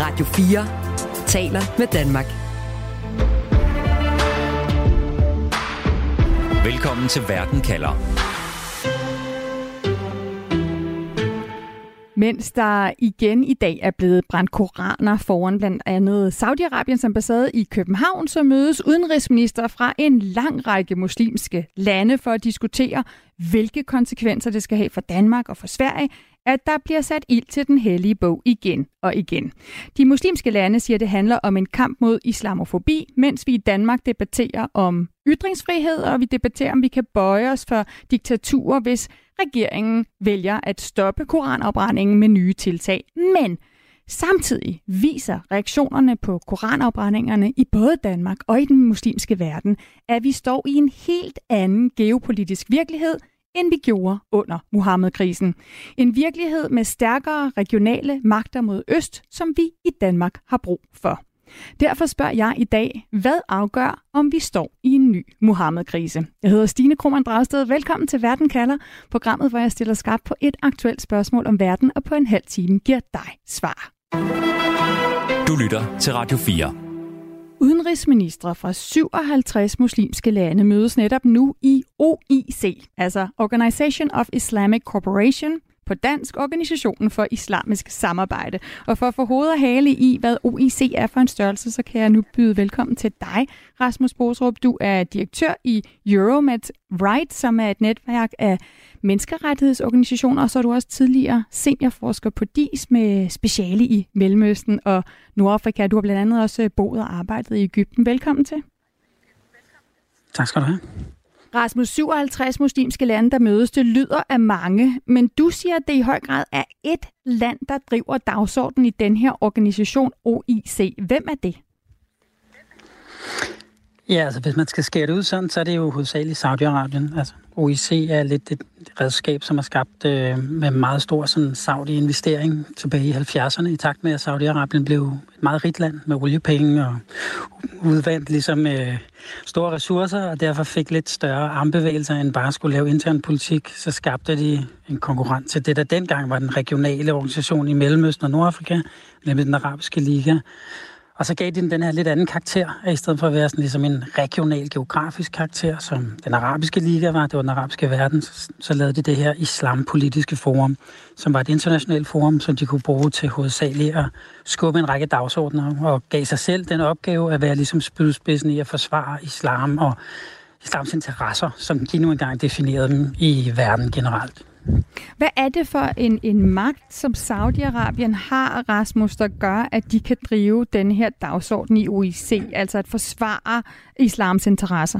Radio 4 taler med Danmark. Velkommen til Verden kalder. Mens der igen i dag er blevet brændt koraner foran blandt andet Saudi-Arabiens ambassade i København, så mødes udenrigsminister fra en lang række muslimske lande for at diskutere, hvilke konsekvenser det skal have for Danmark og for Sverige, at der bliver sat ild til den hellige bog igen og igen. De muslimske lande siger, at det handler om en kamp mod islamofobi, mens vi i Danmark debatterer om ytringsfrihed, og vi debatterer, om vi kan bøje os for diktaturer, hvis regeringen vælger at stoppe koranafbrændingen med nye tiltag. Men samtidig viser reaktionerne på koranafbrændingerne i både Danmark og i den muslimske verden, at vi står i en helt anden geopolitisk virkelighed, end vi gjorde under Muhammed-krisen. En virkelighed med stærkere regionale magter mod øst, som vi i Danmark har brug for. Derfor spørger jeg i dag, hvad afgør, om vi står i en ny Muhammed-krise? Jeg hedder Stine Krohmann Dragsted. Velkommen til Verden kalder, programmet, hvor jeg stiller skarpt på et aktuelt spørgsmål om verden, og på en halv time giver dig svar. Du lytter til Radio 4. Udenrigsministre fra 57 muslimske lande mødes netop nu i OIC, altså Organization of Islamic Cooperation, på dansk Organisationen for Islamisk Samarbejde. Og for at få hoved og hale i, hvad OIC er for en størrelse, så kan jeg nu byde velkommen til dig, Rasmus Bostrup. Du er direktør i Euromed Right, som er et netværk af menneskerettighedsorganisationer, og så er du også tidligere seniorforsker på DIS med speciale i Mellemøsten og Nordafrika. Du har blandt andet også boet og arbejdet i Egypten. Velkommen til. Tak skal du have. Rasmus, 57 muslimske lande, der mødes, det lyder af mange, men du siger, at det i høj grad er et land, der driver dagsordenen i den her organisation OIC. Hvem er det? Ja, altså hvis man skal skære det ud sådan, så er det jo hovedsageligt Saudi-Arabien. Altså OIC er lidt et redskab, som er skabt med meget stor sådan Saudi-investering tilbage i 70'erne, i takt med, at Saudi-Arabien blev et meget rigt land med oliepenge og udvandt ligesom store ressourcer, og derfor fik lidt større armbevægelser end bare skulle lave intern politik. Så skabte de en konkurrent til det, der dengang var den regionale organisation i Mellemøsten og Nordafrika, nemlig den arabiske liga. Og så gav de den her lidt anden karakter, i stedet for at være sådan ligesom en regional geografisk karakter, som den arabiske liga var, det var den arabiske verden, så lavede de det her islampolitiske forum, som var et internationalt forum, som de kunne bruge til hovedsageligt at skubbe en række dagsordner, og gav sig selv den opgave at være ligesom spydspidsen i at forsvare islam og islams interesser, som de nu engang definerede dem i verden generelt. Hvad er det for en magt, som Saudi-Arabien har, Rasmus, der gør, at de kan drive den her dagsorden i OIC, altså at forsvare islams interesser?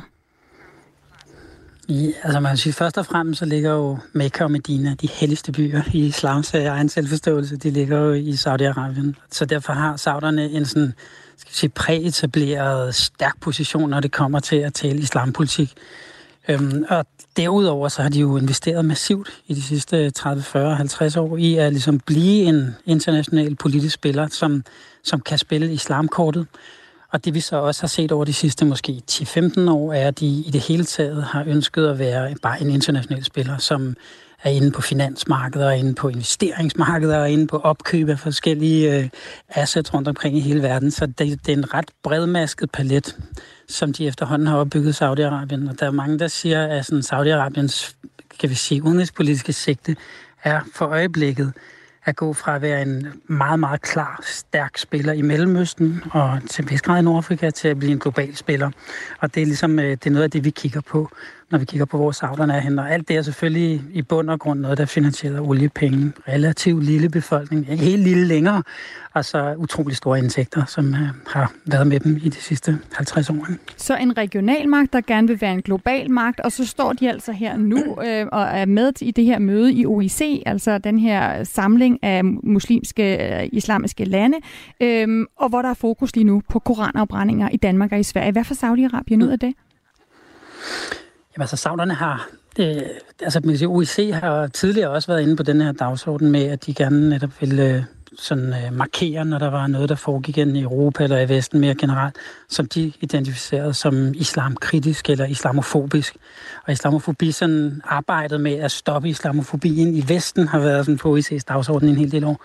Ja, altså man kan sige, først og fremmest så ligger jo Mekka og Medina, de helligste byer i islams egen selvforståelse, de ligger jo i Saudi-Arabien. Så derfor har sauderne en sådan, skal vi sige, præetableret stærk position, når det kommer til at tale islampolitik. Og derudover så har de jo investeret massivt i de sidste 30, 40, 50 år i at ligesom blive en international politisk spiller, som kan spille islamkortet. Og det vi så også har set over de sidste måske 10-15 år, er, at de i det hele taget har ønsket at være bare en international spiller, som er inde på finansmarkeder, inde på investeringsmarkeder og inde på opkøb af forskellige assets rundt omkring i hele verden. Så det er en ret bredmasket palet, som de efterhånden har opbygget Saudi-Arabien. Og der er mange, der siger, at sådan Saudi-Arabiens, kan vi sige, udenrigspolitiske sigte er for øjeblikket at gå fra at være en meget, meget klar, stærk spiller i Mellemøsten og til vis grad i Nordafrika til at blive en global spiller. Og det er ligesom det er noget af det, vi kigger på, når vi kigger på, hvor sauderne er henne. Og alt det er selvfølgelig i bund og grund noget, der finansierer oliepenge. Relativt lille befolkning, ikke helt lille længere, og så utrolig store indtægter, som har været med dem i de sidste 50 år. Så en regional magt, der gerne vil være en global magt, og så står de altså her nu og er med i det her møde i OIC, altså den her samling af muslimske, islamiske lande, og hvor der er fokus lige nu på koranafbrændinger i Danmark og i Sverige. Hvad får Saudi-Arabien ud af det? Jamen altså, sauderne har... OIC har tidligere også været inde på den her dagsorden med, at de gerne netop ville markere, når der var noget, der foregik i Europa eller i Vesten mere generelt, som de identificerede som islamkritisk eller islamofobisk. Og islamofobi, sådan arbejdet med at stoppe islamofobien i Vesten, har været sådan på OIC's dagsorden en hel del år.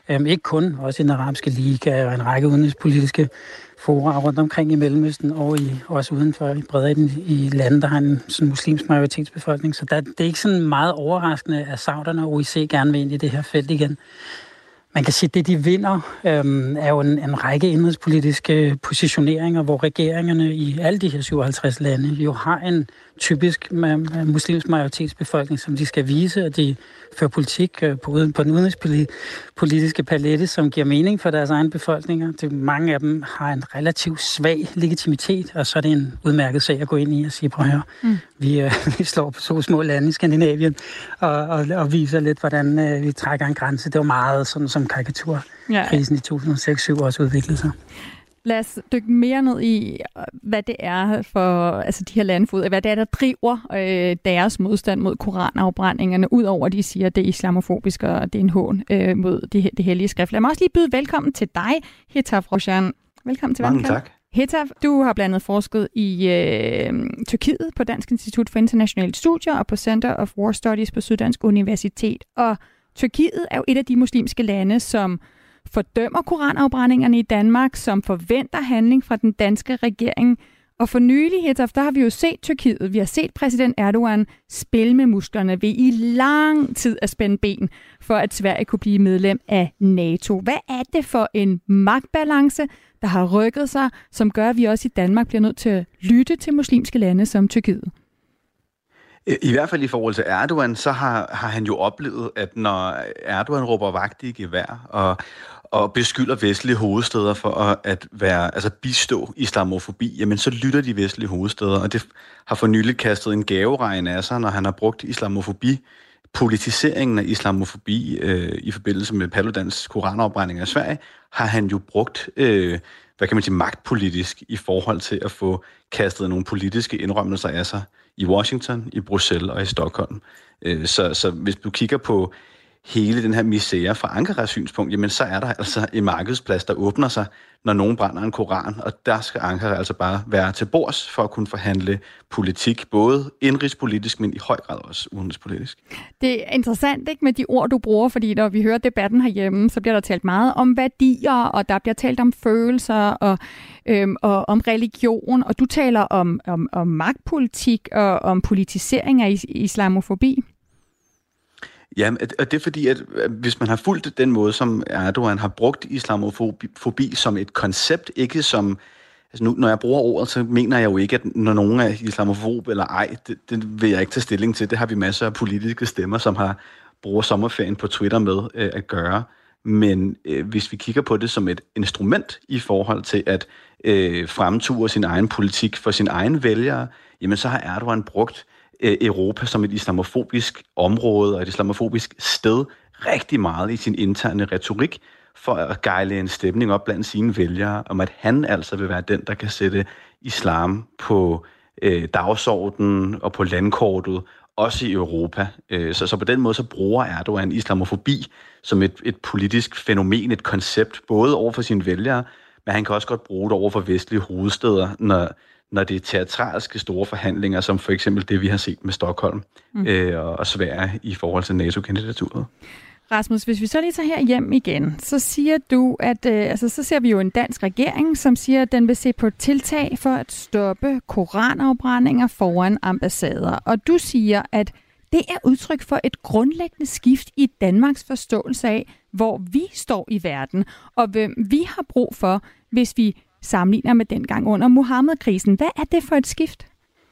Ikke kun, også i den arabiske liga og en række udenrigspolitiske fora rundt omkring i Mellemøsten og også udenfor i bredden i lande, der har en sådan muslimsk majoritetsbefolkning. Så det er ikke sådan meget overraskende, at sauderne og OIC gerne vil ind i det her felt igen. Man kan sige, at det, de vinder, er jo en række indrigspolitiske positioneringer, hvor regeringerne i alle de her 57 lande jo har en typisk muslimsk majoritetsbefolkning, som de skal vise, at de fører politik på den udenrigspolitiske palette, som giver mening for deres egne befolkninger. Mange af dem har en relativt svag legitimitet, og så er det en udmærket sag at gå ind i og sige, prøv at høre, vi slår på så små lande i Skandinavien og viser lidt, hvordan vi trækker en grænse. Det var meget sådan, som karikaturkrisen i 2006-2007 også udviklede sig. Lad os dykke mere ned i, hvad det er for de her landefod, hvad det er, der driver deres modstand mod koranafbrændingerne, udover at de siger, at det er islamofobisk, og det er en hån mod det hellige skrift. Lad mig også lige byde velkommen til dig, Hetaf Roshan. Velkommen til Mange tak. Hetaf, du har blandt andet forsket i Tyrkiet på Dansk Institut for Internationale Studier og på Center of War Studies på Syddansk Universitet. Og Tyrkiet er jo et af de muslimske lande, som fordømmer koranafbrændingerne i Danmark, som forventer handling fra den danske regering. Og for nylig, Hetaf, der har vi jo set Tyrkiet. Vi har set præsident Erdogan spille med musklerne ved i lang tid at spænde ben, for at Sverige kunne blive medlem af NATO. Hvad er det for en magtbalance, der har rykket sig, som gør, at vi også i Danmark bliver nødt til at lytte til muslimske lande som Tyrkiet? I hvert fald i forhold til Erdogan, så har han jo oplevet, at når Erdogan råber vagt i gevær og beskylder vestlige hovedstæder for at være, bistå islamofobi, jamen så lytter de vestlige hovedstæder, og det har for nylig kastet en gaveregn af sig, når han har brugt islamofobi, politiseringen af islamofobi i forbindelse med Paludans koranafbrænding af Sverige, har han jo brugt magtpolitisk i forhold til at få kastet nogle politiske indrømmelser af sig i Washington, i Bruxelles og i Stockholm. Så hvis du kigger på hele den her misære fra Ankaras synspunkt, jamen så er der altså en markedsplads, der åbner sig, når nogen brænder en koran, og der skal Ankara altså bare være til bords for at kunne forhandle politik, både indrigspolitisk, men i høj grad også udenrigspolitisk. Det er interessant, ikke, med de ord, du bruger, fordi når vi hører debatten herhjemme, så bliver der talt meget om værdier, og der bliver talt om følelser og om religion, og du taler om magtpolitik og om politisering af islamofobi. Ja, og det er fordi, at hvis man har fulgt den måde, som Erdogan har brugt islamofobi som et koncept, ikke som... nu, når jeg bruger ordet, så mener jeg jo ikke, at når nogen er islamofob eller ej, det vil jeg ikke tage stilling til. Det har vi masser af politiske stemmer, som bruger sommerferien på Twitter med at gøre. Men hvis vi kigger på det som et instrument i forhold til at fremture sin egen politik for sin egen vælgere, jamen så har Erdogan brugt Europa som et islamofobisk område og et islamofobisk sted rigtig meget i sin interne retorik for at gejle en stemning op blandt sine vælgere, om at han altså vil være den, der kan sætte islam på dagsordenen og på landkortet, også i Europa. Så på den måde så bruger Erdogan islamofobi som et politisk fænomen, et koncept, både over for sine vælgere, men han kan også godt bruge det over for vestlige hovedstæder, når det er teatralske store forhandlinger, som for eksempel det, vi har set med Stockholm og Sverige i forhold til NATO-kandidaturet. Rasmus, hvis vi så lige tager her hjem igen, så siger du, at så ser vi jo en dansk regering, som siger, at den vil se på tiltag for at stoppe koranafbrændinger foran ambassader. Og du siger, at det er udtryk for et grundlæggende skift i Danmarks forståelse af, hvor vi står i verden, og hvem vi har brug for, hvis vi sammenligner med dengang under Mohammed-krisen. Hvad er det for et skift?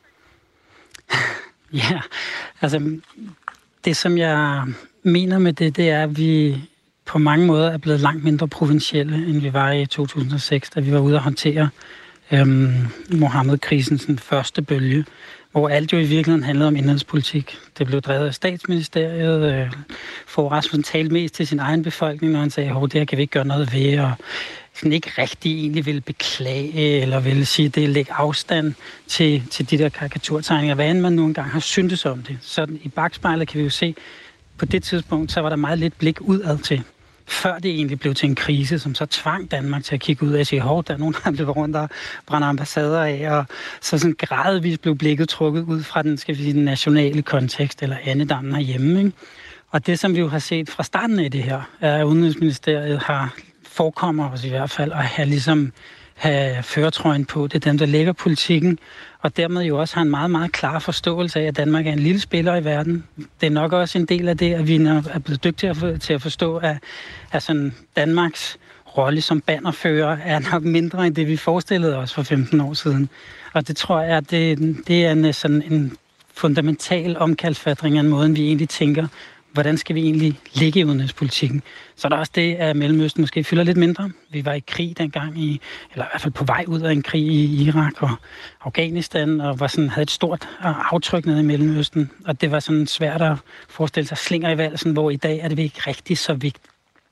Ja, det som jeg mener med det er, at vi på mange måder er blevet langt mindre provincielle, end vi var i 2006, da vi var ude at håndtere Mohammed-krisens første bølge, hvor alt jo i virkeligheden handlede om indrigspolitik. Det blev drevet af statsministeriet. Fogh Rasmussen talte mest til sin egen befolkning, når han sagde, at det her kan vi ikke gøre noget ved, og sådan ikke rigtig egentlig ville beklage, eller ville sige, at det lægge afstand til de der karikaturtegninger, hvad end man nu engang har syntes om det. Så i bagspejlet kan vi jo se, på det tidspunkt, så var der meget lidt blik udad til, før det egentlig blev til en krise, som så tvang Danmark til at kigge ud og sige, der er nogen, der løber rundt og brænder ambassader af, og så sådan gradvist blev blikket trukket ud fra den, den nationale kontekst, eller andedammen herhjemme, ikke? Og det, som vi jo har set fra starten af det her, er, at Udenrigsministeriet forekommer os i hvert fald at have førertrøjen på. Det er dem, der lægger politikken, og dermed jo også har en meget, meget klar forståelse af, at Danmark er en lille spiller i verden. Det er nok også en del af det, at vi er blevet dygtige til at forstå, at sådan Danmarks rolle som bannerfører er nok mindre end det, vi forestillede os for 15 år siden. Og det tror jeg, at det er sådan en fundamental omkalfatring af måden, vi egentlig tænker, hvordan skal vi egentlig ligge i udenrigspolitikken. Så er der også det, at Mellemøsten måske fylder lidt mindre. Vi var i krig dengang, eller i hvert fald på vej ud af en krig i Irak og Afghanistan, og havde et stort aftryk nede i Mellemøsten. Og det var sådan svært at forestille sig slinger i valsen, hvor i dag er det ikke rigtig så vigtigt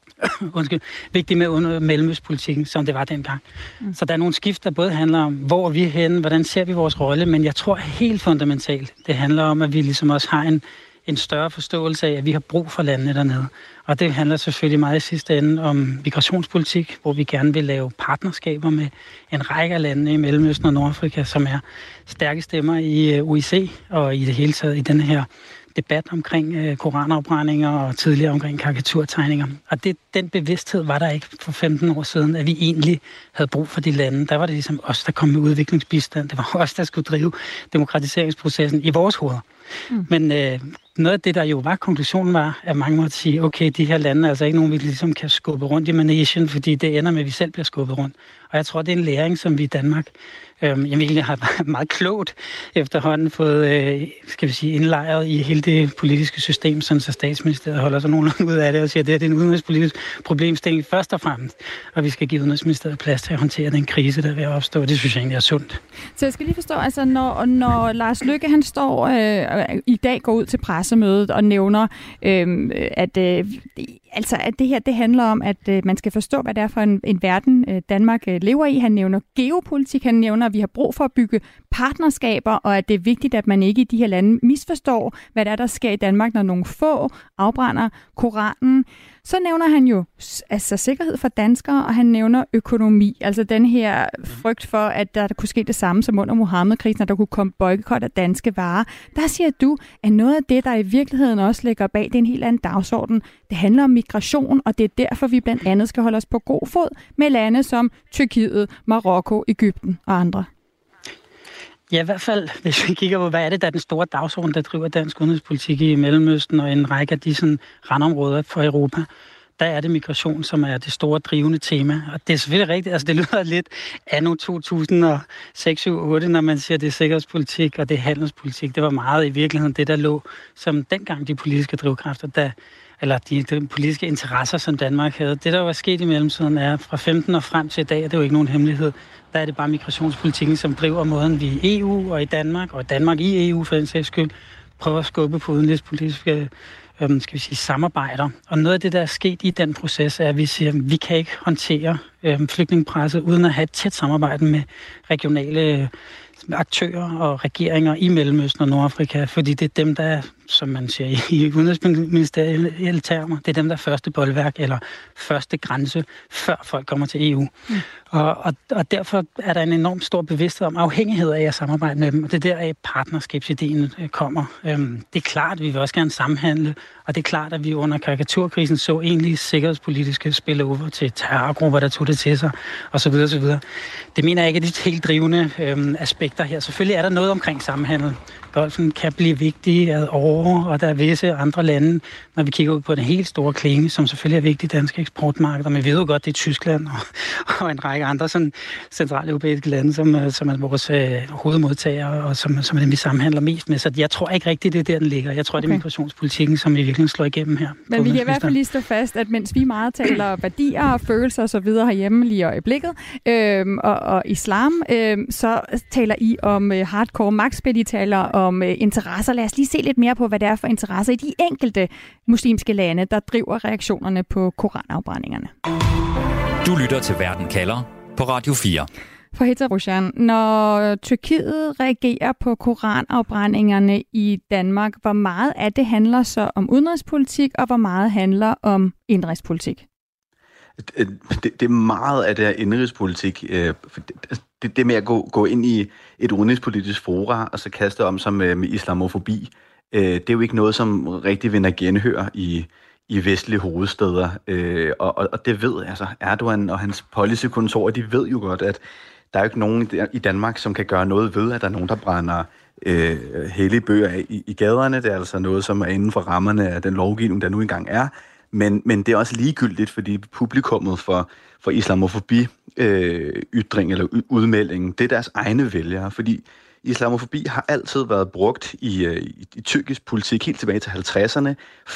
med mellemøstpolitikken, som det var dengang. Så der er nogle skift, der både handler om, hvor vi er henne, hvordan ser vi vores rolle, men jeg tror helt fundamentalt, det handler om, at vi ligesom også har en større forståelse af, at vi har brug for landene dernede. Og det handler selvfølgelig meget i sidste ende om migrationspolitik, hvor vi gerne vil lave partnerskaber med en række af landene i Mellemøsten og Nordafrika, som er stærke stemmer i OIC og i det hele taget i denne her debat omkring koranafbrændinger og tidligere omkring karikaturtegninger. Og den bevidsthed var der ikke for 15 år siden, at vi egentlig havde brug for de lande. Der var det ligesom os, der kom med udviklingsbistand. Det var os, der skulle drive demokratiseringsprocessen i vores hoveder. Men noget af det, der jo var konklusionen, var, at mange måtte sige, okay, de her lande er altså ikke nogen, vi ligesom kan skubbe rundt i managen, fordi det ender med, at vi selv bliver skubbet rundt. Og jeg tror, det er en læring, som vi i Danmark egentlig har meget klogt efterhånden fået, indlejret i hele det politiske system, sådan så statsministeriet holder sig nogenlunde ud af det og siger, at det er en udenrigspolitisk problemstilling først og fremmest, og vi skal give Udenrigsministeriet plads til at håndtere den krise, der er ved at opstå. Det synes jeg egentlig er sundt. Så jeg skal lige forstå, altså når Lars Løkke, han står i dag går ud til pressemødet og nævner, at det her, det handler om, at man skal forstå, hvad det er for en verden, Danmark lever i. Han nævner geopolitik, han nævner, at vi har brug for at bygge partnerskaber, og at det er vigtigt, at man ikke i de her lande misforstår, hvad der sker i Danmark, når nogle få afbrænder Koranen. Så nævner han jo altså sikkerhed for danskere, og han nævner økonomi. Altså den her frygt for, at der kunne ske det samme som under Muhammed-krisen, at der kunne komme boykot af danske varer. Der siger du, at noget af det, der i virkeligheden også ligger bag, det er en helt anden dagsorden. Det handler om migration, og det er derfor, vi blandt andet skal holde os på god fod med lande som Tyrkiet, Marokko, Egypten og andre. Ja, i hvert fald, hvis vi kigger på, hvad er det, der er den store dagsorden, der driver dansk udenrigspolitik i Mellemøsten og en række af de sådan randområder for Europa, der er det migration, som er det store drivende tema. Og det er selvfølgelig rigtigt, altså det lyder lidt anno 2006-2008, når man siger, det er sikkerhedspolitik og det er handelspolitik. Det var meget i virkeligheden det, der lå som dengang de politiske drivkræfter, eller de politiske interesser, som Danmark havde. Det, der var sket i mellemtiden, er fra 15 og frem til i dag, og det er jo ikke nogen hemmelighed, der er det bare migrationspolitikken, som driver måden, vi i EU og i Danmark, og Danmark i EU for den sags skyld, prøver at skubbe på udenrigspolitiske samarbejder. Og noget af det, der er sket i den proces, er, at vi siger, at vi kan ikke håndtere flygtningepresset uden at have et tæt samarbejde med regionale aktører og regeringer i Mellemøsten og Nordafrika, fordi det er dem, der, som man siger i udenrigsministerielle termer, det er dem, der er første bolværk eller første grænse, før folk kommer til EU. Og derfor er der en enormt stor bevidsthed om afhængighed af at samarbejde med dem, og det er der, partnerskabsideen kommer. Det er klart, at vi vil også gerne samhandle, og det er klart, at vi under karikaturkrisen så egentlig sikkerhedspolitiske spillover til terrorgrupper, der tog det til sig, osv. osv. Det mener jeg ikke er de helt drivende aspekter her. Selvfølgelig er der noget omkring samhandel. Golfen kan blive vigtig ad år, og der er visse andre lande, når vi kigger ud på den helt store klinge, som selvfølgelig er vigtige danske eksportmarkeder, men vi ved jo godt, det er Tyskland og en række andre sådan centrale europæiske lande, som er vores hovedmodtagere, og som er dem, vi samhandler mest med. Så jeg tror ikke rigtigt, det er der, den ligger. Jeg tror, det er migrationspolitikken, som vi virkelig slår igennem her. Men vi kan i hvert fald lige stå fast, at mens vi meget taler værdier og følelser og så videre herhjemme lige i øjeblikket, og islam, så taler I om hardcore magtspil, I taler om interesser. Lad os lige se lidt mere på, hvad det er for interesser i de enkelte muslimske lande, der driver reaktionerne på koranafbrændingerne. Du lytter til Verden kalder på Radio 4. For Heta Roshan, når Tyrkiet reagerer på koranafbrændingerne i Danmark, hvor meget af det handler så om udenrigspolitik, og hvor meget handler om indrigspolitik? Det er meget af det her indrigspolitik. Det med at gå ind i et udenrigspolitisk fora, og så kaste om sig med islamofobi, Det er jo ikke noget, som rigtig vinder genhør i vestlige hovedsteder, og det ved altså Erdogan og hans policykontor, de ved jo godt, at der er jo ikke nogen i Danmark, som kan gøre noget ved, at der er nogen, der brænder hellige bøger af i gaderne. Det er altså noget, som er inden for rammerne af den lovgivning, der nu engang er. Men det er også ligegyldigt, fordi publikummet for islamofobi ytring eller udmelding, det er deres egne vælgere, fordi islamofobi har altid været brugt i tyrkisk politik helt tilbage til 50'erne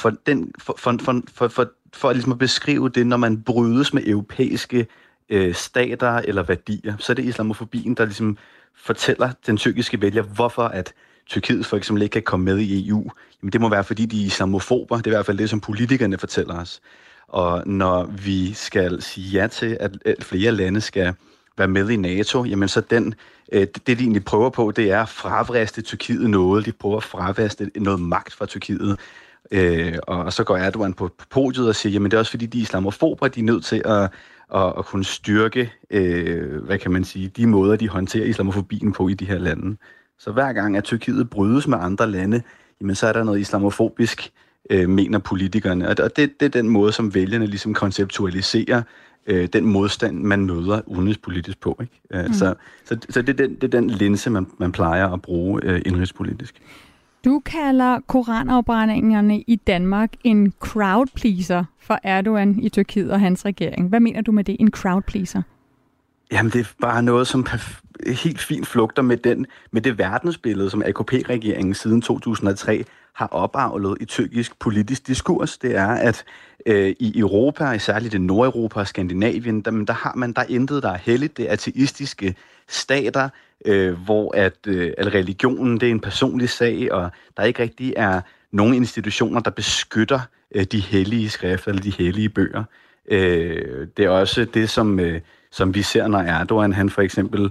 for ligesom at beskrive det, når man brydes med europæiske stater eller værdier. Så er det islamofobien, der ligesom fortæller den tyrkiske vælger, hvorfor at Tyrkiet for eksempel ikke kan komme med i EU. Jamen det må være, fordi de er islamofober. Det er i hvert fald det, som politikerne fortæller os. Og når vi skal sige ja til, at flere lande skal være med i NATO, jamen så det de egentlig prøver på, det er at fravriste Tyrkiet noget. De prøver at fravriste noget magt fra Tyrkiet. Og så går Erdogan på podiet og siger, jamen det er også fordi, de er islamofober, de er nødt til at kunne styrke, hvad kan man sige, de måder, de håndterer islamofobien på i de her lande. Så hver gang, at Tyrkiet brydes med andre lande, jamen så er der noget islamofobisk, mener politikerne. Og det er den måde, som vælgerne ligesom konceptualiserer den modstand, man møder udenrigspolitisk på. Ikke? Så det er den linse, man plejer at bruge indrigspolitisk. Du kalder koranafbrændingerne i Danmark en crowd pleaser for Erdogan i Tyrkiet og hans regering. Hvad mener du med det, en crowd pleaser? Jamen, det er bare noget, som helt fint flugter med det verdensbillede, som AKP-regeringen siden 2003 har opavlet i tyrkisk politisk diskurs. Det er, at i Europa, særligt i Nordeuropa og Skandinavien, der er intet, der er helligt. Det er ateistiske stater, hvor at religionen, det er en personlig sag, og der ikke rigtig er nogen institutioner, der beskytter de hellige skrifter eller de hellige bøger. Det er også det, som vi ser, når Erdogan, han for eksempel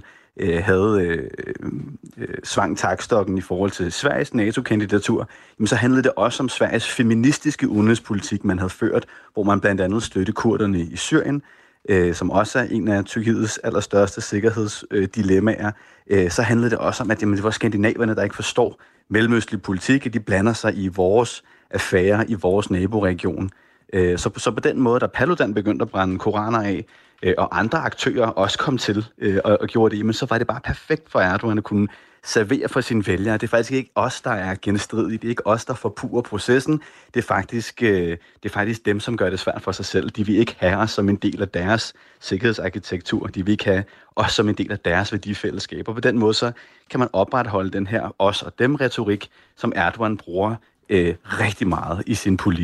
svang takstokken i forhold til Sveriges NATO-kandidatur, jamen så handlede det også om Sveriges feministiske udenrigspolitik, man havde ført, hvor man blandt andet støttede kurderne i Syrien, som også er en af Tyrkiets allerstørste sikkerhedsdilemmaer. Så handlede det også om, at det var skandinaverne, der ikke forstår mellemøstlig politik, at de blander sig i vores affærer i vores naboregion. Så på den måde, da Paludan begyndte at brænde koraner af, og andre aktører også kom til og gjorde det, men så var det bare perfekt for Erdogan at kunne servere for sine vælgere. Det er faktisk ikke os, der er genstridige. Det er ikke os, der forpurer processen. Det er faktisk dem, som gør det svært for sig selv. De vil ikke have os som en del af deres sikkerhedsarkitektur. De vil ikke have os som en del af deres værdifællesskab. Og på den måde så kan man opretholde den her os og dem-retorik, som Erdogan bruger rigtig meget i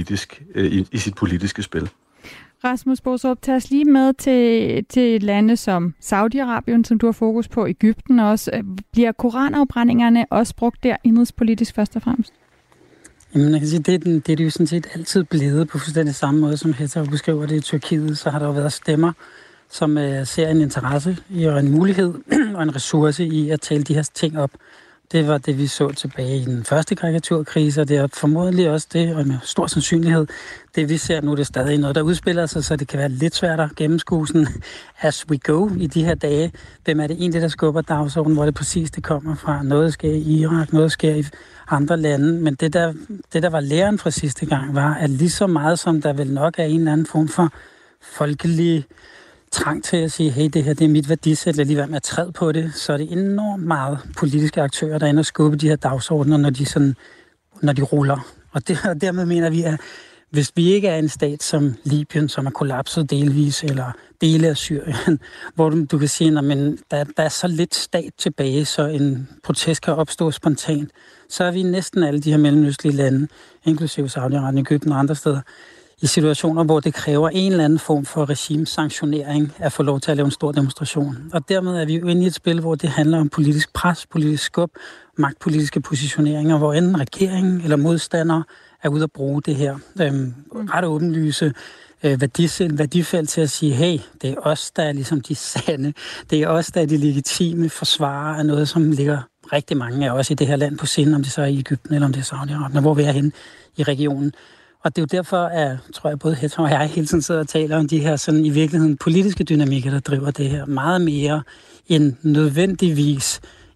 sit politiske spil. Rasmus Borup, tag os lige med til lande som Saudi-Arabien, som du har fokus på, Egypten også. Bliver koranafbrændingerne også brugt der indrigspolitisk først og fremmest? Jamen, jeg kan sige, det er jo sådan set altid blevet på fuldstændig samme måde, som Hetta beskriver det i Tyrkiet. Så har der jo været stemmer, som ser en interesse i og en mulighed og en ressource i at tale de her ting op. Det var det, vi så tilbage i den første karikaturkrise, og det er formodentlig også det, og med stor sandsynlighed, det vi ser nu, det er stadig noget, der udspiller sig, så det kan være lidt svært at gennemskue sådan, as we go i de her dage. Hvem er det egentlig, der skubber dagsordenen, hvor det præcis det kommer fra? Noget sker i Irak, noget sker i andre lande, men det der var læren fra sidste gang, var, at lige så meget som der vel nok er en eller anden form for folkelig trang til at sige, hey, det her det er mit værdisæt, lad lige være med at træde på det, så er det enormt meget politiske aktører, der ender og skubber de her dagsordner, når de ruller. Og dermed mener vi, at hvis vi ikke er en stat som Libyen, som er kollapset delvis, eller dele af Syrien, hvor du kan sige, at der er så lidt stat tilbage, så en protest kan opstå spontant, så er vi næsten alle de her mellemøstlige lande, inklusive Saudi-Arabien, Egypten og andre steder, i situationer, hvor det kræver en eller anden form for regimesanktionering at få lov til at lave en stor demonstration. Og dermed er vi jo inde i et spil, hvor det handler om politisk pres, politisk skub, magtpolitiske positioneringer, hvor enten regeringen eller modstandere er ude at bruge det her ret åbenlyse værdifelt til at sige, hey, det er os, der er ligesom de sande, det er os, der er de legitime forsvarere af noget, som ligger rigtig mange af os i det her land på sinde, om det så er i Egypten eller om det er Saudi-Arabien, hvor vi er henne i regionen. Og det er jo derfor, at, tror jeg, både Hetta og jeg hele tiden sidder og taler om de her sådan i virkeligheden politiske dynamikker, der driver det her meget mere end nødvendigvis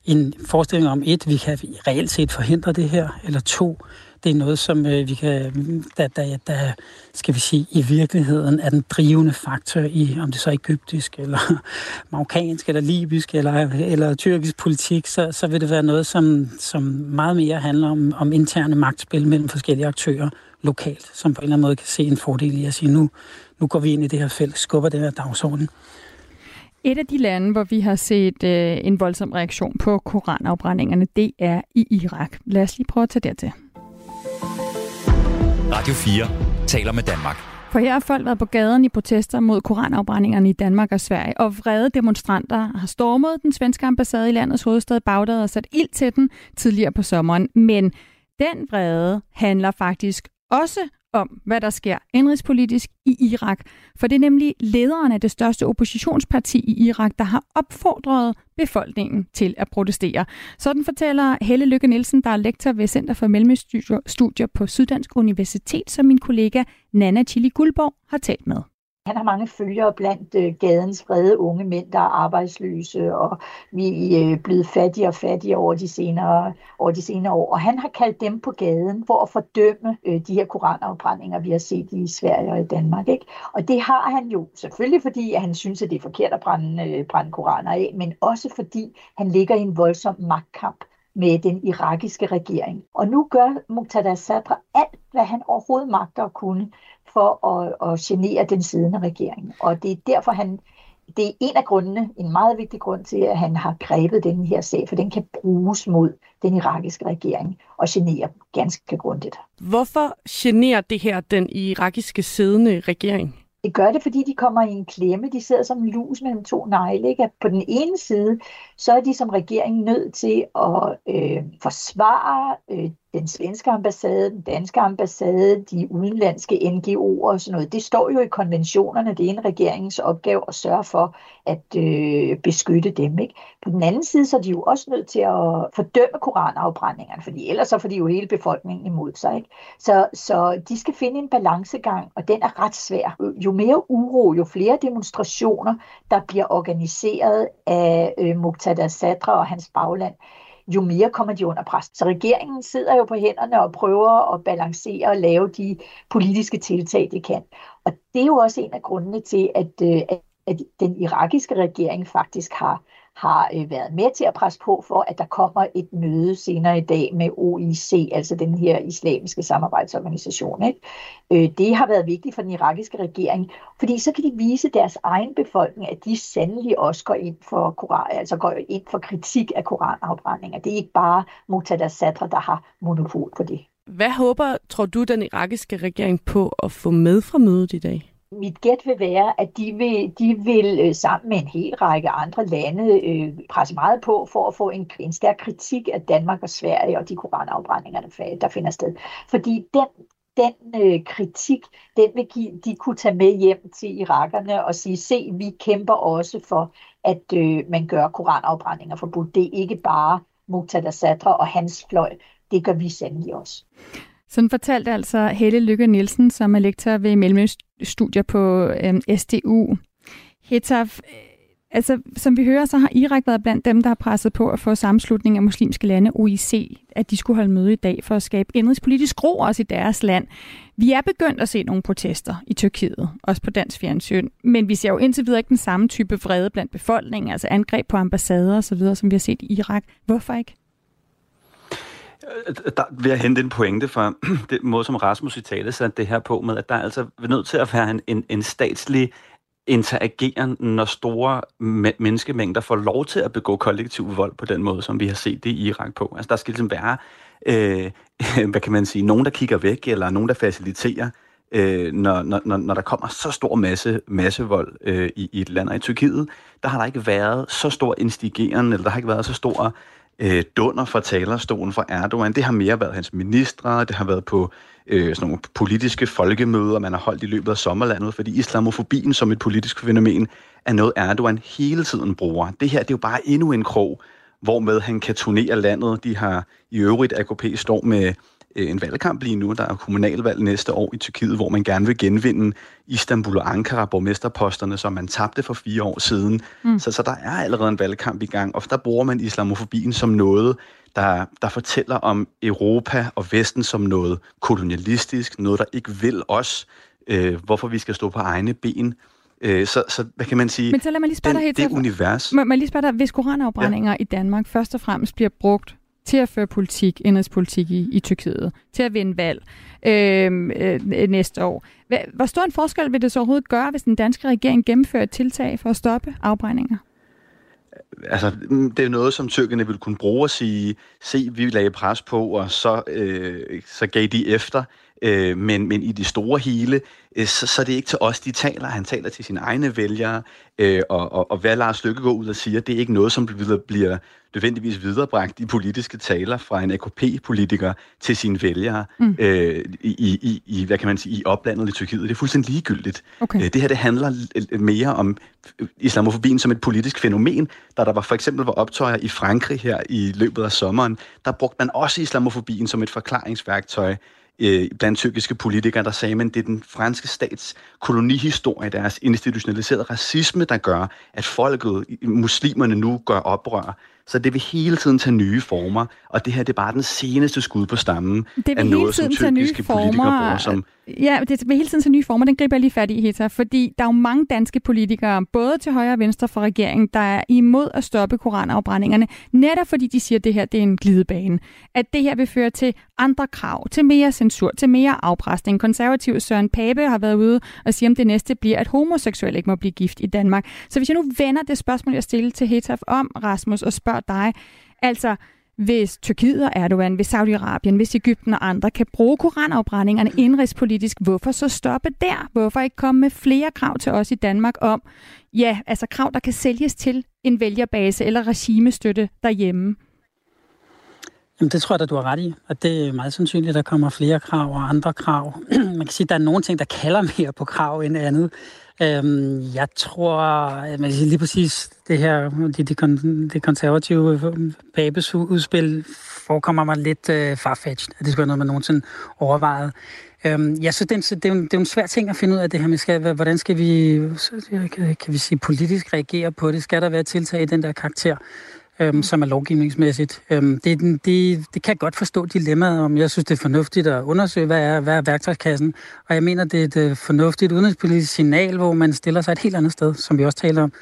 en forestilling om, vi kan reelt set forhindre det her, eller 2, det er noget, som vi kan, der skal vi sige, i virkeligheden er den drivende faktor i, om det så er egyptisk, eller marokkansk, eller libysk, eller tyrkisk politik, så vil det være noget, som meget mere handler om interne magtspil mellem forskellige aktører lokalt, som på en eller anden måde kan se en fordel i at sige, nu går vi ind i det her felt, skubber den her dagsorden. Et af de lande, hvor vi har set en voldsom reaktion på koranafbrændingerne, det er i Irak. Lad os lige prøve at tage dertil. Radio 4 taler med Danmark. For her har folk været på gaden i protester mod koranafbrændingerne i Danmark og Sverige, og vrede demonstranter har stormet den svenske ambassade i landets hovedstad Bagdad og sat ild til den tidligere på sommeren. Men den vrede handler faktisk også om, hvad der sker indrigspolitisk i Irak. For det er nemlig lederen af det største oppositionsparti i Irak, der har opfordret befolkningen til at protestere. Sådan fortæller Helle Lykke Nielsen, der er lektor ved Center for Mellemøststudier på Syddansk Universitet, som min kollega Nanna Chili Guldborg har talt med. Han har mange følgere blandt gadens vrede unge mænd, der er arbejdsløse, og vi er blevet fattigere og fattigere over de senere år. Og han har kaldt dem på gaden for at fordømme de her koranafbrændinger, vi har set i Sverige og i Danmark. Ikke? Og det har han jo selvfølgelig, fordi han synes, at det er forkert at brænde koraner af, men også fordi han ligger i en voldsom magtkamp med den irakiske regering. Og nu gør Muqtada Sadr alt, hvad han overhovedet magter at kunne for at genere den siddende regering. Og det er derfor, det er en af grundene, en meget vigtig grund til, at han har grebet den her sag, for den kan bruges mod den irakiske regering og genere ganske grundigt. Hvorfor generer det her den irakiske siddende regering? Det gør det, fordi de kommer i en klemme. De sidder som lus mellem 2 negle. Ikke? På den ene side, så er de som regering nødt til at forsvare den svenske ambassade, den danske ambassade, de udenlandske NGO'er og sådan noget. Det står jo i konventionerne. Det er en regeringens opgave at sørge for at beskytte dem. Ikke? På den anden side, så er de jo også nødt til at fordømme koranafbrændingerne, fordi ellers så får de jo hele befolkningen imod sig. Ikke? Så de skal finde en balancegang, og den er ret svær. Jo mere uro, jo flere demonstrationer, der bliver organiseret af Muqtada Sadr og hans bagland, jo mere kommer de under pres. Så regeringen sidder jo på hænderne og prøver at balancere og lave de politiske tiltag, de kan. Og det er jo også en af grundene til, at den irakiske regering faktisk har været med til at presse på for, at der kommer et møde senere i dag med OIC, altså den her islamiske samarbejdsorganisation. Ikke? Det har været vigtigt for den irakiske regering, fordi så kan de vise deres egen befolkning, at de sandelig også går ind for kritik af koranafbrændinger. Det er ikke bare Muqtada Sadr, der har monopol på det. Hvad tror du, den irakiske regering på at få med fra mødet i dag? Mit gæt vil være, at de vil sammen med en hel række andre lande presse meget på for at få en stærk kritik af Danmark og Sverige og de koranafbrændinger, der finder sted. Fordi den kritik, den vil de kunne tage med hjem til irakerne og sige, se, vi kæmper også for, at man gør koranafbrændinger forbudt. Det er ikke bare Muqtada Sadr og hans fløj, det gør vi sandelig også. Sådan fortalte altså Helle Lykke Nielsen, som er lektor ved Mellemøststudier på SDU. Hetaf, altså som vi hører, så har Irak været blandt dem, der har presset på at få sammenslutningen af muslimske lande, OIC, at de skulle holde møde i dag for at skabe indrigspolitisk ro også i deres land. Vi er begyndt at se nogle protester i Tyrkiet, også på dansk fjernsyn, men vi ser jo indtil videre ikke den samme type vrede blandt befolkningen, altså angreb på ambassader osv., som vi har set i Irak. Hvorfor ikke? Der vil jeg hente en pointe for den måde, som Rasmus i tale satte det her på med, at der altså er nødt til at være en statslig interageren, når store menneskemængder får lov til at begå kollektiv vold på den måde, som vi har set det i Irak på. Altså der skal ligesom være, hvad kan man sige, nogen, der kigger væk, eller nogen, der faciliterer, når der kommer så stor massevold i et land. Og i Tyrkiet, der har der ikke været så stor instigeren, eller der har ikke været så stor dunder fra talerstolen fra Erdogan. Det har mere været hans ministre, det har været på sådan nogle politiske folkemøder, man har holdt i løbet af sommerlandet, fordi islamofobien som et politisk fænomen er noget, Erdogan hele tiden bruger. Det her, det er jo bare endnu en krog, hvormed han kan turnere landet. De har i øvrigt, AKP står med en valgkamp lige nu. Der er kommunalvalg næste år i Tyrkiet, hvor man gerne vil genvinde Istanbul og Ankara, borgmesterposterne, som man tabte for 4 år siden. Så der er allerede en valgkamp i gang, og der bruger man islamofobien som noget, der fortæller om Europa og Vesten som noget kolonialistisk, noget, der ikke vil os, hvorfor vi skal stå på egne ben. Så hvad kan man sige? Men så lad mig lige spørge dig, det univers. Må jeg lige spørge dig, hvis koranafbrændinger i Danmark først og fremmest bliver brugt til at føre politik, indrigspolitik i Tyrkiet, til at vinde valg næste år. Hvor stor en forskel vil det så overhovedet gøre, hvis den danske regering gennemfører et tiltag for at stoppe afbrændinger? Altså, det er noget, som tyrkerne vil kunne bruge og sige, se, vi lagde pres på, og så gav de efter. Men i det store hele, så er det ikke til os, de taler. Han taler til sine egne vælgere, og hvad Lars Løkke går ud og siger, det er ikke noget, som bliver nødvendigvis viderebragt i politiske taler fra en AKP-politiker til sine vælgere i hvad kan man sige, i oplandet i Tyrkiet. Det er fuldstændig ligegyldigt. Okay. Det her, det handler mere om islamofobien som et politisk fænomen. Der for eksempel var optøjer i Frankrig her i løbet af sommeren, der brugte man også islamofobien som et forklaringsværktøj blandt tyrkiske politikere, der sagde, at det er den franske stats kolonihistorie, deres institutionaliserede racisme, der gør, at folket, muslimerne nu gør oprør. Så det vil hele tiden tage nye former, og det her, det er bare den seneste skud på stammen af noget, som tyrkiske politikere bruger som... Ja, det vil hele tiden tage nye former. Den griber jeg lige fat i, Heta, fordi der er jo mange danske politikere, både til højre og venstre for regeringen, der er imod at stoppe koranafbrændingerne, netop fordi de siger, at det her det er en glidebane. At det her vil føre til andre krav, til mere censur, til mere afpresning. Konservativ Søren Pape har været ude og sige, om det næste bliver, at homoseksuelle ikke må blive gift i Danmark. Så hvis jeg nu vender det spørgsmål, jeg stillede til Heta om, Rasmus, og spørger dig, altså, hvis Tyrkiet og Erdogan, hvis Saudi-Arabien, hvis Egypten og andre kan bruge koranafbrændingerne indrigspolitisk, hvorfor så stoppe der? Hvorfor ikke komme med flere krav til os i Danmark om, ja, altså krav, der kan sælges til en vælgerbase eller regimestøtte derhjemme? Jamen, det tror jeg, at du har ret i, og det er meget sandsynligt, at der kommer flere krav og andre krav. Man kan sige, at der er nogle ting, der kalder mere på krav end andet. Jeg tror, man kan sige lige præcis det her, det konservative Papes udspil forekommer mig lidt farfetched, at det skulle være noget, man nogensinde overvejet. Ja, så det er jo en svær ting at finde ud af det her. Hvordan skal vi, kan vi sige, politisk reagere på det? Skal der være tiltag i den der karakter? Som er lovgivningsmæssigt. Det kan jeg godt forstå dilemmaet om. Jeg synes, det er fornuftigt at undersøge, hvad er værktøjskassen. Og jeg mener, det er et fornuftigt udenrigspolitisk signal, hvor man stiller sig et helt andet sted, som vi også taler om,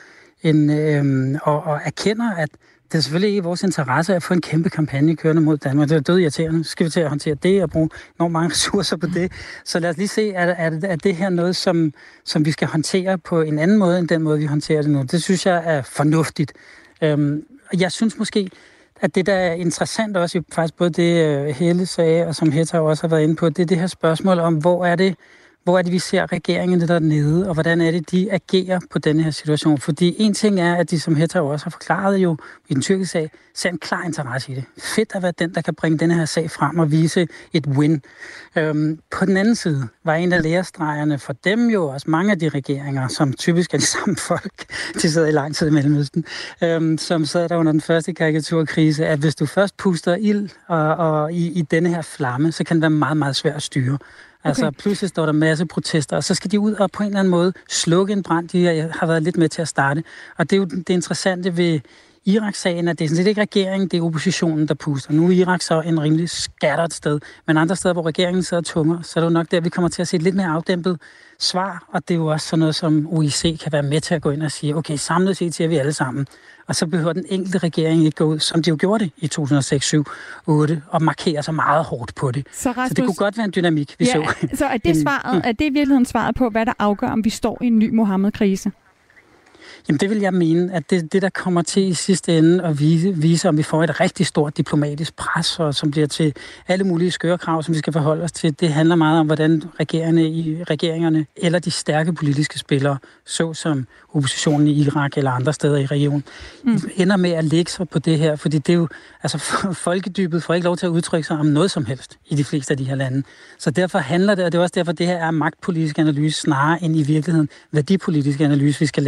og erkender, at det er selvfølgelig ikke i vores interesse at få en kæmpe kampagne kørende mod Danmark. Det er død irriterende. Skal vi til at håndtere det og bruge enormt mange ressourcer på det? Så lad os lige se, er det her noget, som vi skal håndtere på en anden måde, end den måde, vi håndterer det nu. Det synes jeg er fornuftigt. Jeg synes måske, at det, der er interessant også, faktisk både det Helle sagde, og som Heta også har været inde på, det er det her spørgsmål om, hvor er det, vi ser regeringen dernede, og hvordan er det, de agerer på denne her situation. Fordi en ting er, at de, som Heta også har forklaret jo i den tyrkiske sag, ser en klar interesse i det. Fedt at være den, der kan bringe denne her sag frem og vise et win. På den anden side var en af lærestregerne for dem jo også mange af de regeringer, som typisk er de samme folk, de sidder i lang tid i Mellemøsten, som sad der under den første karikaturkrise, at hvis du først puster ild og i denne her flamme, så kan det være meget, meget svært at styre. Altså pludselig står der masse protester, og så skal de ud og på en eller anden måde slukke en brand, de har været lidt med til at starte. Og det er jo det interessante ved Irak-sagen, at det er sådan set ikke regeringen, det er oppositionen, der puster. Nu er Irak så en rimelig skattert sted, men andre steder, hvor regeringen sidder tunger, så er det jo nok der, vi kommer til at se et lidt mere afdæmpet svar, og det er jo også sådan noget, som OIC kan være med til at gå ind og sige, okay, samlet set siger vi alle sammen. Og så behøver den enkelte regering ikke gå ud, som de jo gjorde det i 2006, 7, 8, og markere så meget hårdt på det. Så det kunne godt være en dynamik, vi så. Så er det svaret, er det i virkeligheden svaret på, hvad der afgør, om vi står i en ny Mohammed-krise? Jamen det vil jeg mene, at det der kommer til i sidste ende at vise, om vi får et rigtig stort diplomatisk pres, og som bliver til alle mulige skøre krav, som vi skal forholde os til. Det handler meget om, hvordan regeringerne eller de stærke politiske spillere, såsom oppositionen i Irak eller andre steder i regionen, ender med at lægge sig på det her, fordi det er jo, altså folkedybet får ikke lov til at udtrykke sig om noget som helst i de fleste af de her lande. Så derfor handler det, og det er også derfor, det her er magtpolitisk analyse snarere end i virkeligheden værdipolitisk analyse, vi skal lave,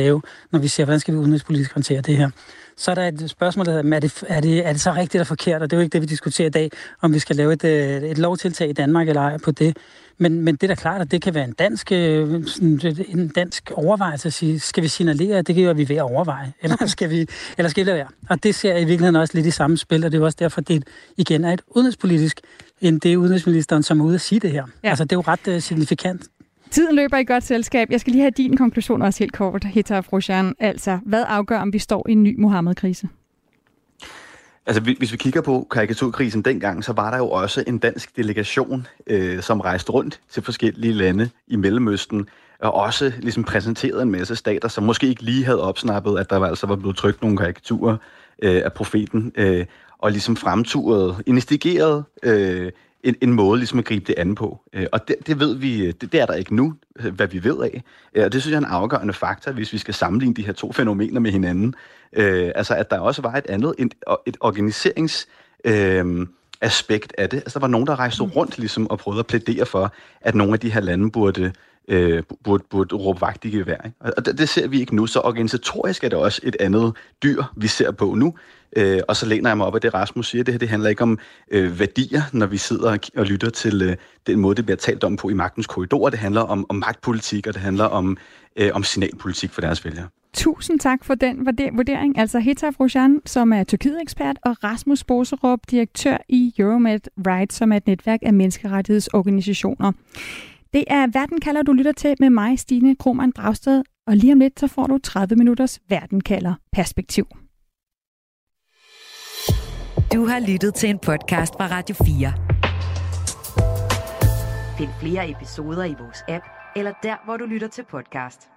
når vi ser, hvordan skal vi udenrigspolitisk håndtere det her. Så er der et spørgsmål, der hedder, er det så rigtigt eller forkert? Og det er jo ikke det, vi diskuterer i dag, om vi skal lave et lovtiltag i Danmark eller ej på det. Men det er da klart, at det kan være en dansk overvejelse at sige, skal vi signalere, det kan jo, at vi er ved at overveje, eller skal vi lade være? Og det ser jeg i virkeligheden også lidt i samme spil, og det er også derfor, det igen er et udenrigspolitisk, end det er udenrigsministeren, som er ude at sige det her. Ja. Altså, det er jo ret signifikant. Tiden løber i godt selskab. Jeg skal lige have din konklusion også helt kort, Hitaf Roshan. Altså, hvad afgør, om vi står i en ny Mohammed-krise? Altså, hvis vi kigger på karikaturkrisen dengang, så var der jo også en dansk delegation, som rejste rundt til forskellige lande i Mellemøsten, og også ligesom præsenterede en masse stater, som måske ikke lige havde opsnappet, at der var blevet trykt nogle karikaturer af profeten, og ligesom fremturede, investigerede en måde ligesom at gribe det an på. Og det ved vi, det er der ikke nu, hvad vi ved af. Og det synes jeg er en afgørende faktor, hvis vi skal sammenligne de her to fænomener med hinanden. Altså, at der også var et organiserings aspekt af det. Altså, der var nogen, der rejste rundt ligesom, og prøvede at plædere for, at nogle af de her lande burde råbe vagt i gevær. Og det ser vi ikke nu, så organisatorisk er det også et andet dyr, vi ser på nu. Og så læner jeg mig op af det, Rasmus siger. Det handler ikke om værdier, når vi sidder og lytter til den måde, det bliver talt om på i magtens korridorer. Det handler om magtpolitik, og det handler om signalpolitik for deres vælgere. Tusind tak for den vurdering. Altså Hitaf Roshan, som er Tyrkiet-ekspert, og Rasmus Boserup, direktør i Euromed Rights, som er et netværk af menneskerettighedsorganisationer. Det er Verden kalder, du lytter til med mig, Stine Krohmann Dragsted, og lige om lidt, så får du 30 minutters Verden kalder perspektiv. Du har lyttet til en podcast fra Radio 4. Find flere episoder i vores app, eller der, hvor du lytter til podcast.